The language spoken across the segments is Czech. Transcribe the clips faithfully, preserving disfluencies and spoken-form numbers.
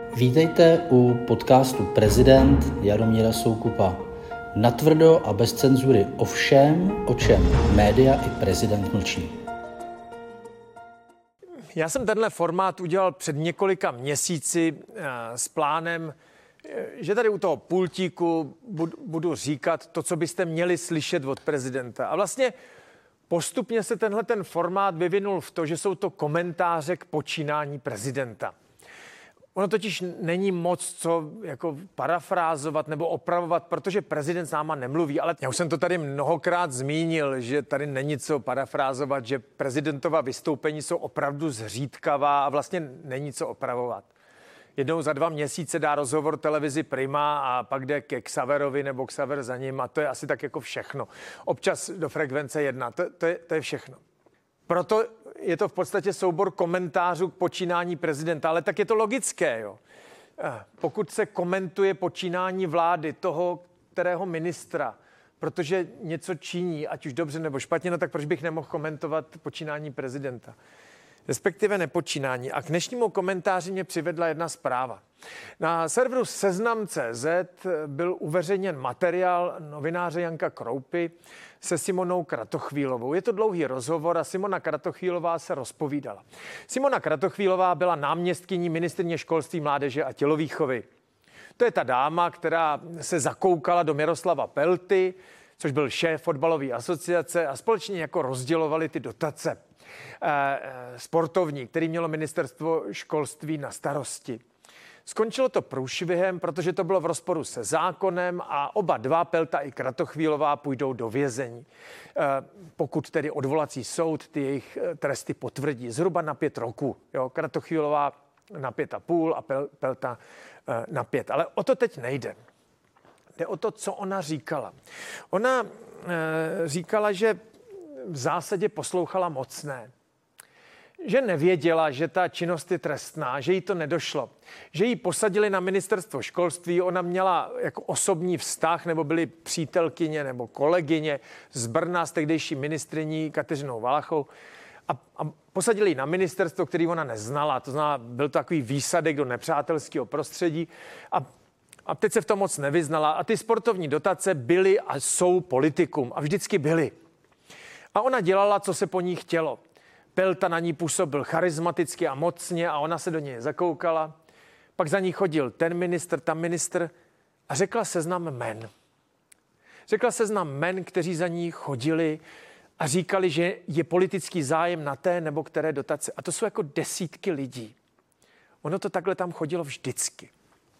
Vítejte u podcastu Prezident Jaromíra Soukupa. Natvrdo a bez cenzury o všem, o čem média i prezident mlčí. Já jsem tenhle formát udělal před několika měsíci s plánem, že tady u toho pultíku budu říkat to, co byste měli slyšet od prezidenta. A vlastně postupně se tenhle ten formát vyvinul v to, že jsou to komentáře k počínání prezidenta. Ono totiž není moc co jako parafrázovat nebo opravovat, protože prezident s náma nemluví, ale já už jsem to tady mnohokrát zmínil, že tady není co parafrázovat, že prezidentova vystoupení jsou opravdu zřídkavá a vlastně není co opravovat. Jednou za dva měsíce dá rozhovor televizi Prima a pak jde ke Xaverovi nebo Xaver za ním a to je asi tak jako všechno. Občas do Frekvence jedna, to, to, je, to je všechno. Proto je to v podstatě soubor komentářů k počínání prezidenta, ale tak je to logické, jo. Pokud se komentuje počínání vlády toho, kterého ministra, protože něco činí, ať už dobře nebo špatně, no tak proč bych nemohl komentovat počínání prezidenta? Respektive nepočínání. A k dnešnímu komentáři mě přivedla jedna zpráva. Na serveru seznam tečka cé zet byl uveřejněn materiál novináře Janka Kroupy se Simonou Kratochvílovou. Je to dlouhý rozhovor a Simona Kratochvílová se rozpovídala. Simona Kratochvílová byla náměstkyní ministryně školství, mládeže a tělovýchovy. To je ta dáma, která se zakoukala do Miroslava Pelty, což byl šéf fotbalové asociace a společně jako rozdělovali ty dotace sportovní, který mělo ministerstvo školství na starosti. Skončilo to průšvihem, protože to bylo v rozporu se zákonem a oba dva, Pelta i Kratochvílová, půjdou do vězení. Pokud tedy odvolací soud ty jejich tresty potvrdí. Zhruba na pět roků. Jo, Kratochvílová na pět a půl a Pelta na pět. Ale o to teď nejde. Jde o to, co ona říkala. Ona říkala, že v zásadě poslouchala mocné. Že nevěděla, že ta činnost je trestná, že jí to nedošlo. Že jí posadili na ministerstvo školství, ona měla jako osobní vztah, nebo byly přítelkyně nebo kolegyně z Brna s tehdejší ministryní Kateřinou Valachou a, a posadili ji na ministerstvo, který ona neznala. To znamená, byl to takový výsadek do nepřátelského prostředí a A teď se v tom moc nevyznala. A ty sportovní dotace byly a jsou politikum. A vždycky byly. A ona dělala, co se po ní chtělo. Pelta na ní působil charismaticky a mocně a ona se do něj zakoukala. Pak za ní chodil ten ministr, tam ministr a řekla seznam men. Řekla seznam men, kteří za ní chodili a říkali, že je politický zájem na té nebo které dotace. A to jsou jako desítky lidí. Ono to takhle tam chodilo vždycky.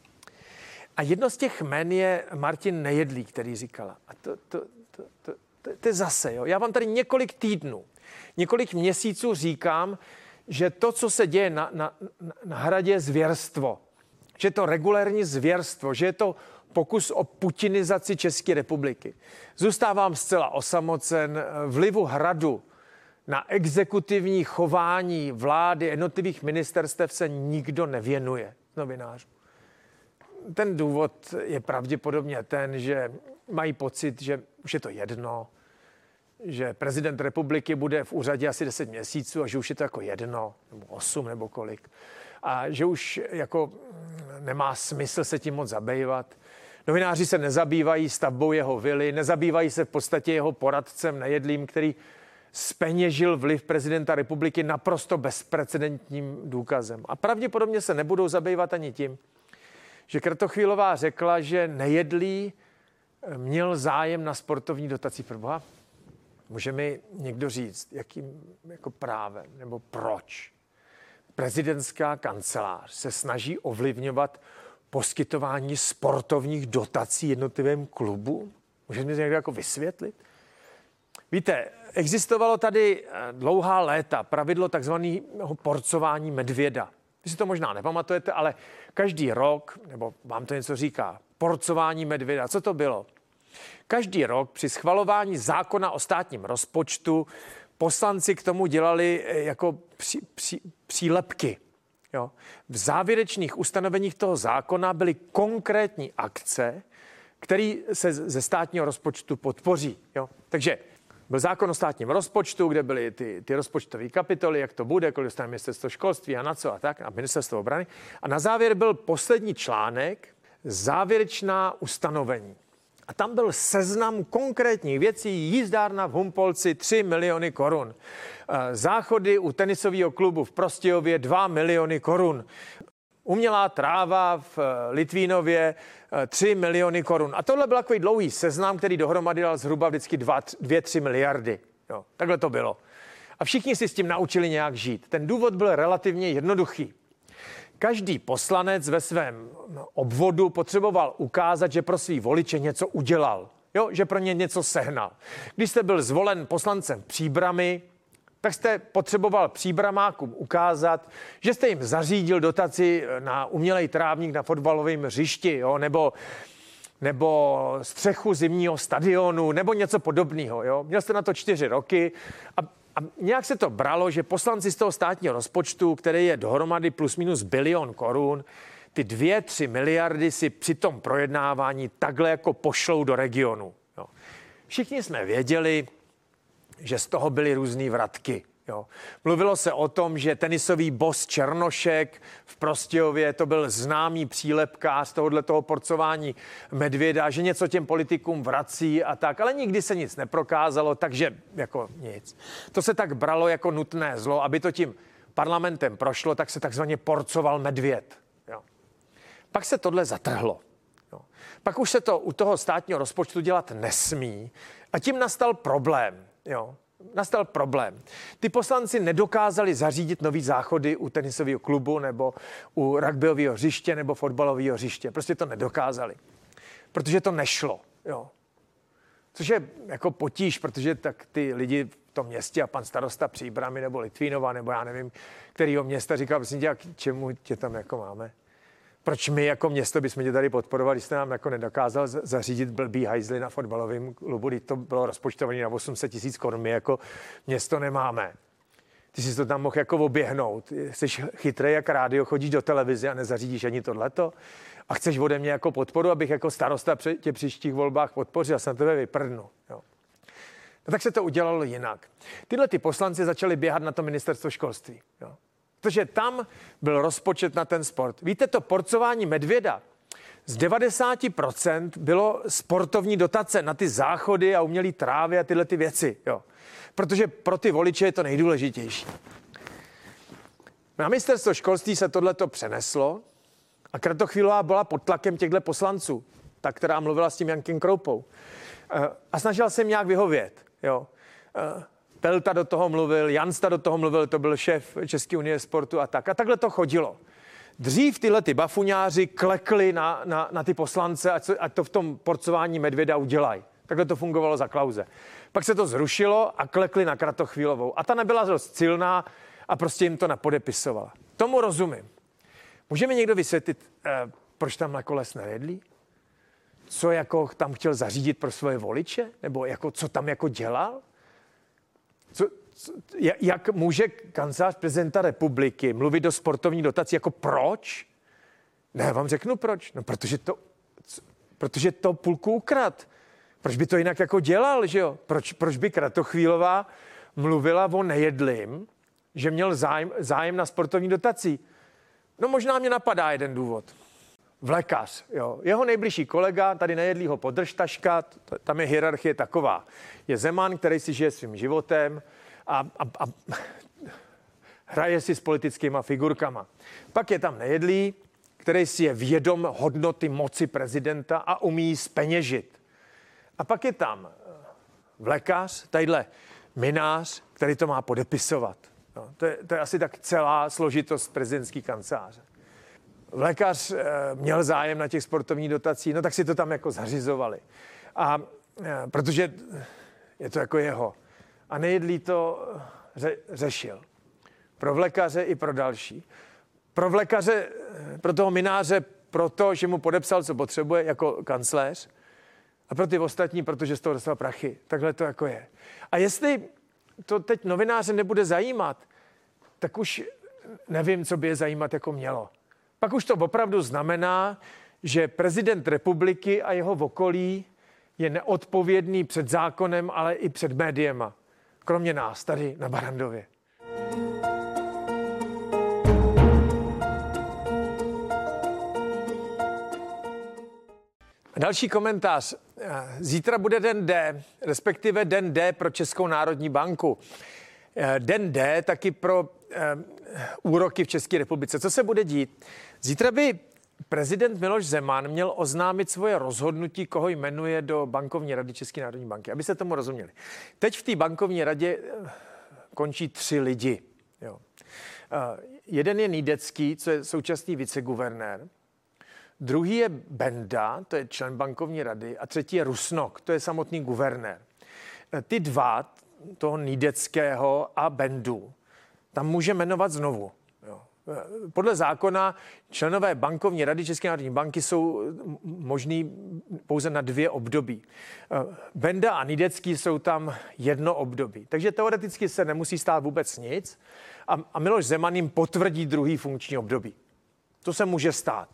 A jedno z těch jmen je Martin Nejedlý, který říkala. A to, to, to, to, to, to je zase, jo. Já vám tady několik týdnů, několik měsíců říkám, že to, co se děje na, na, na hradě, je zvěrstvo. Že je to regulérní zvěrstvo, že je to pokus o putinizaci České republiky. Zůstávám zcela osamocen. Vlivu hradu na exekutivní chování vlády jednotlivých ministerstev se nikdo nevěnuje novinářů. Ten důvod je pravděpodobně ten, že mají pocit, že už je to jedno, že prezident republiky bude v úřadě asi deset měsíců a že už je to jako jedno, nebo osm, nebo kolik. A že už jako nemá smysl se tím moc zabývat. Novináři se nezabývají stavbou jeho vily, nezabývají se v podstatě jeho poradcem Nejedlým, který zpeněžil vliv prezidenta republiky naprosto bezprecedentním důkazem. A pravděpodobně se nebudou zabývat ani tím, že Kratochvílová řekla, že Nejedlý měl zájem na sportovní dotaci. Proboha, může mi někdo říct, jakým jako právem nebo proč prezidentská kancelář se snaží ovlivňovat poskytování sportovních dotací jednotlivým klubům? Může mi někdo jako vysvětlit? Víte, existovalo tady dlouhá léta pravidlo takzvaného porcování medvěda. Vy si to možná nepamatujete, ale každý rok, nebo vám to něco říká, porcování medvěda, co to bylo? Každý rok při schvalování zákona o státním rozpočtu poslanci k tomu dělali jako při, při, přílepky. Jo. V závěrečných ustanoveních toho zákona byly konkrétní akce, které se ze státního rozpočtu podpoří. Jo. Takže Byl zákon o státním rozpočtu, kde byly ty, ty rozpočtové kapitoly, jak to bude, kolik dostane ministerstvo školství a na co a tak, a ministerstvo obrany. A na závěr byl poslední článek, závěrečná ustanovení. A tam byl seznam konkrétních věcí, jízdárna v Humpolci tři miliony korun. Záchody u tenisového klubu v Prostějově dva miliony korun. Umělá tráva v Litvínově tři miliony korun. A tohle byl takový dlouhý seznam, který dohromady dal zhruba vždycky dvě tři miliardy. Jo, takhle to bylo. A všichni si s tím naučili nějak žít. Ten důvod byl relativně jednoduchý. Každý poslanec ve svém obvodu potřeboval ukázat, že pro svý voliče něco udělal. Jo, že pro ně něco sehnal. Když jste byl zvolen poslancem Příbrami, tak jste potřeboval příbramákům ukázat, že jste jim zařídil dotaci na umělej trávník na fotbalovém hřišti, jo, nebo, nebo střechu zimního stadionu, nebo něco podobného. Jo. Měl jste na to čtyři roky a, a nějak se to bralo, že poslanci z toho státního rozpočtu, který je dohromady plus minus bilion korun, ty dvě, tři miliardy si při tom projednávání takhle jako pošlou do regionu. Jo. Všichni jsme věděli, že z toho byly různý vratky. Jo. Mluvilo se o tom, že tenisový boss Černošek v Prostějově, to byl známý přílepkář tohoto porcování medvěda, že něco těm politikům vrací a tak, ale nikdy se nic neprokázalo, takže jako nic. To se tak bralo jako nutné zlo, aby to tím parlamentem prošlo, tak se takzvaně porcoval medvěd. Jo. Pak se tohle zatrhlo. Jo. Pak už se to u toho státního rozpočtu dělat nesmí a tím nastal problém. Jo, nastal problém. Ty poslanci nedokázali zařídit nový záchody u tenisového klubu nebo u rugbyového hřiště nebo fotbalového hřiště. Prostě to nedokázali, protože to nešlo. Jo. Což je jako potíž, protože tak ty lidi v tom městě a pan starosta Příbrami nebo Litvínova nebo já nevím, kterýho města říkal, prosím tě, k čemu tě tam jako máme? Proč my jako město bychom tě tady podporovali, když jste nám jako nedokázal zařídit blbý hajzly na fotbalovém klubu, když to bylo rozpočtované na osm set tisíc korun, my jako město nemáme. Ty jsi to tam mohl jako oběhnout. Jsi chytrý jak rádio, chodíš do televize a nezařídíš ani tohleto. A chceš ode mě jako podporu, abych jako starosta při tě příštích volbách podpořil, já se na tebe vyprdnu. Jo. No tak se to udělalo jinak. Tyhle ty poslanci začali běhat na to ministerstvo školství. Jo. Protože tam byl rozpočet na ten sport. Víte, to porcování medvěda z devadesát procent bylo sportovní dotace na ty záchody a umělý trávy a tyhle ty věci. Jo. Protože pro ty voliče je to nejdůležitější. Na ministerstvo školství se tohleto přeneslo a Kratochvílová byla pod tlakem těchto poslanců, ta, která mluvila s tím Jankem Kroupou. A snažila se jim nějak vyhovět. Jo. Pelta do toho mluvil, Jansta do toho mluvil, to byl šéf České unie sportu a tak. A takhle to chodilo. Dřív tyhle ty bafuňáři klekli na, na, na ty poslance, ať, ať to v tom porcování medvěda udělají. Takhle to fungovalo za Klause. Pak se to zrušilo a klekli na Kratochvílovou. A ta nebyla dost silná a prostě jim to napodepisovala. Tomu rozumím. Může mi někdo vysvětlit, eh, proč tam nakonec nejedlí? Co jako tam chtěl zařídit pro svoje voliče? Nebo jako, co tam jako dělal? Co, co, jak může kancelář prezidenta republiky mluvit do sportovní dotací? Jako proč? Ne, já vám řeknu proč. No, protože to, protože to půlku ukrad. Proč by to jinak jako dělal, že jo? Proč, proč by Kratochvílová mluvila o nejedlým, že měl zájem, zájem na sportovní dotací? No možná mě napadá jeden důvod. Vlekař, jo. Jeho nejbližší kolega, tady nejedlýho Podržtaška, tam je hierarchie taková. Je Zeman, který si žije svým životem a, a, a hraje si s politickýma figurkama. Pak je tam Nejedlý, který si je vědom hodnoty moci prezidenta a umí zpeněžit. A pak je tam Vlekař, tadyhle Minář, který to má podepisovat. No, to, je, to je asi tak celá složitost prezidentský kanceláře. Vlekař e, měl zájem na těch sportovních dotacích, no tak si to tam jako zařizovali. A e, protože je to jako jeho. A Nejedlý to ře, řešil. Pro Vlekaře i pro další. Pro Vlekaře, pro toho Mináře, proto, že mu podepsal, co potřebuje jako kancléř. A pro ty ostatní, protože z toho dostal prachy. Takhle to jako je. A jestli to teď novináře nebude zajímat, tak už nevím, co by je zajímat jako mělo. Pak už to opravdu znamená, že prezident republiky a jeho okolí je neodpovědný před zákonem, ale i před médiema. Kromě nás tady na Barrandově. Další komentář. Zítra bude den D, respektive den D pro Českou národní banku. Den D taky pro eh, úroky v České republice. Co se bude dít? Zítra by prezident Miloš Zeman měl oznámit svoje rozhodnutí, koho jmenuje do bankovní rady České národní banky. Aby se tomu rozuměli. Teď v té bankovní radě končí tři lidi. Jo. Eh, jeden je Nýdecký, co je současný viceguvernér. Druhý je Benda, to je člen bankovní rady, a třetí je Rusnok, to je samotný guvernér. Ty dva, toho Nýdeckého a Bendu, tam může jmenovat znovu. Jo. Podle zákona členové bankovní rady České národní banky jsou možný pouze na dvě období. Benda a Nýdecký jsou tam jedno období. Takže teoreticky se nemusí stát vůbec nic a, a Miloš Zeman jim potvrdí druhý funkční období. To se může stát.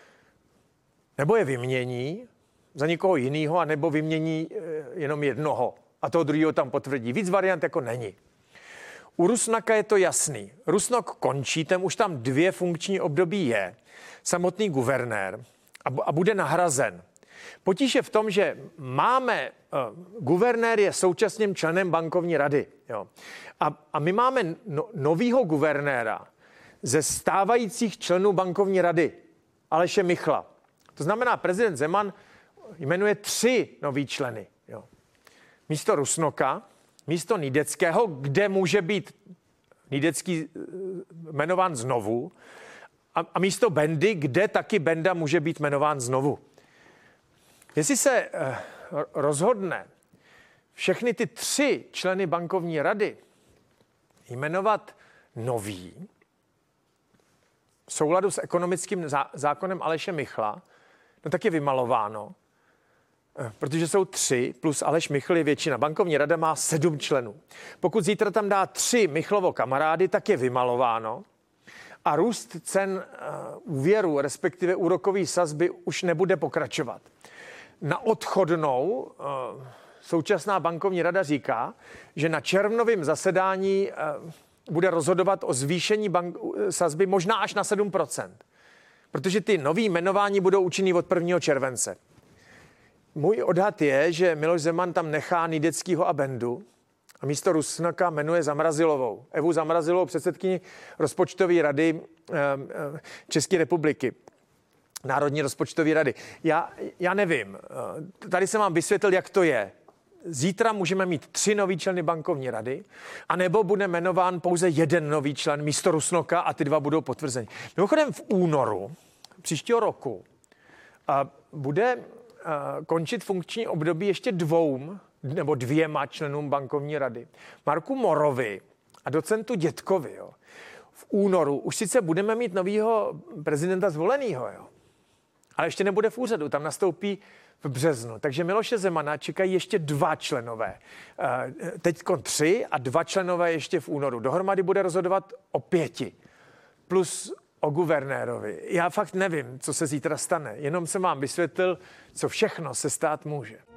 Nebo je vymění za někoho jiného, anebo vymění jenom jednoho a toho druhého tam potvrdí. Víc variant jako není. U Rusnoka je to jasný. Rusnok končí, ten už tam dvě funkční období je. Samotný guvernér a bude nahrazen. Potíž je v tom, že máme, uh, guvernér je současným členem bankovní rady. Jo. A, a my máme no, novýho guvernéra ze stávajících členů bankovní rady, Aleše Michla. To znamená, prezident Zeman jmenuje tři nový členy. Jo. Místo Rusnoka, místo Nýdeckého, kde může být Nýdecký jmenován znovu, a, a místo Bendy, kde taky Benda může být jmenován znovu. Jestli se eh, rozhodne všechny ty tři členy bankovní rady jmenovat nový, v souladu s ekonomickým zá, zákonem Aleše Michla, no tak je vymalováno, protože jsou tři, plus Aleš Michl je většina. Bankovní rada má sedm členů. Pokud zítra tam dá tři Michlovo kamarády, tak je vymalováno a růst cen uh, úvěru, respektive úrokové sazby, už nebude pokračovat. Na odchodnou uh, současná bankovní rada říká, že na červnovém zasedání uh, bude rozhodovat o zvýšení bank, sazby možná až na sedm procent. Protože ty nový jmenování budou účinný od prvního července. Můj odhad je, že Miloš Zeman tam nechá Nýdeckýho a Bendu a místo Rusnoka jmenuje Zamrazilovou. Evu Zamrazilovou, předsedkyni rozpočtové rady České republiky. Národní rozpočtové rady. Já, já nevím. Tady jsem vám vysvětlil, jak to je. Zítra můžeme mít tři nový členy bankovní rady, anebo bude jmenován pouze jeden nový člen místo Rusnoka a ty dva budou potvrzeni. Mimochodem v únoru příštího roku bude končit funkční období ještě dvou nebo dvěma členům bankovní rady. Marku Morovi a docentu Dětkovi. Jo. V únoru už sice budeme mít novýho prezidenta zvolenýho, jo, ale ještě nebude v úřadu, tam nastoupí v březnu. Takže Miloše Zemana čekají ještě dva členové. Teď tři a dva členové ještě v únoru. Dohromady bude rozhodovat o pěti. Plus o guvernérovi. Já fakt nevím, co se zítra stane. Jenom jsem vám vysvětlil, co všechno se stát může.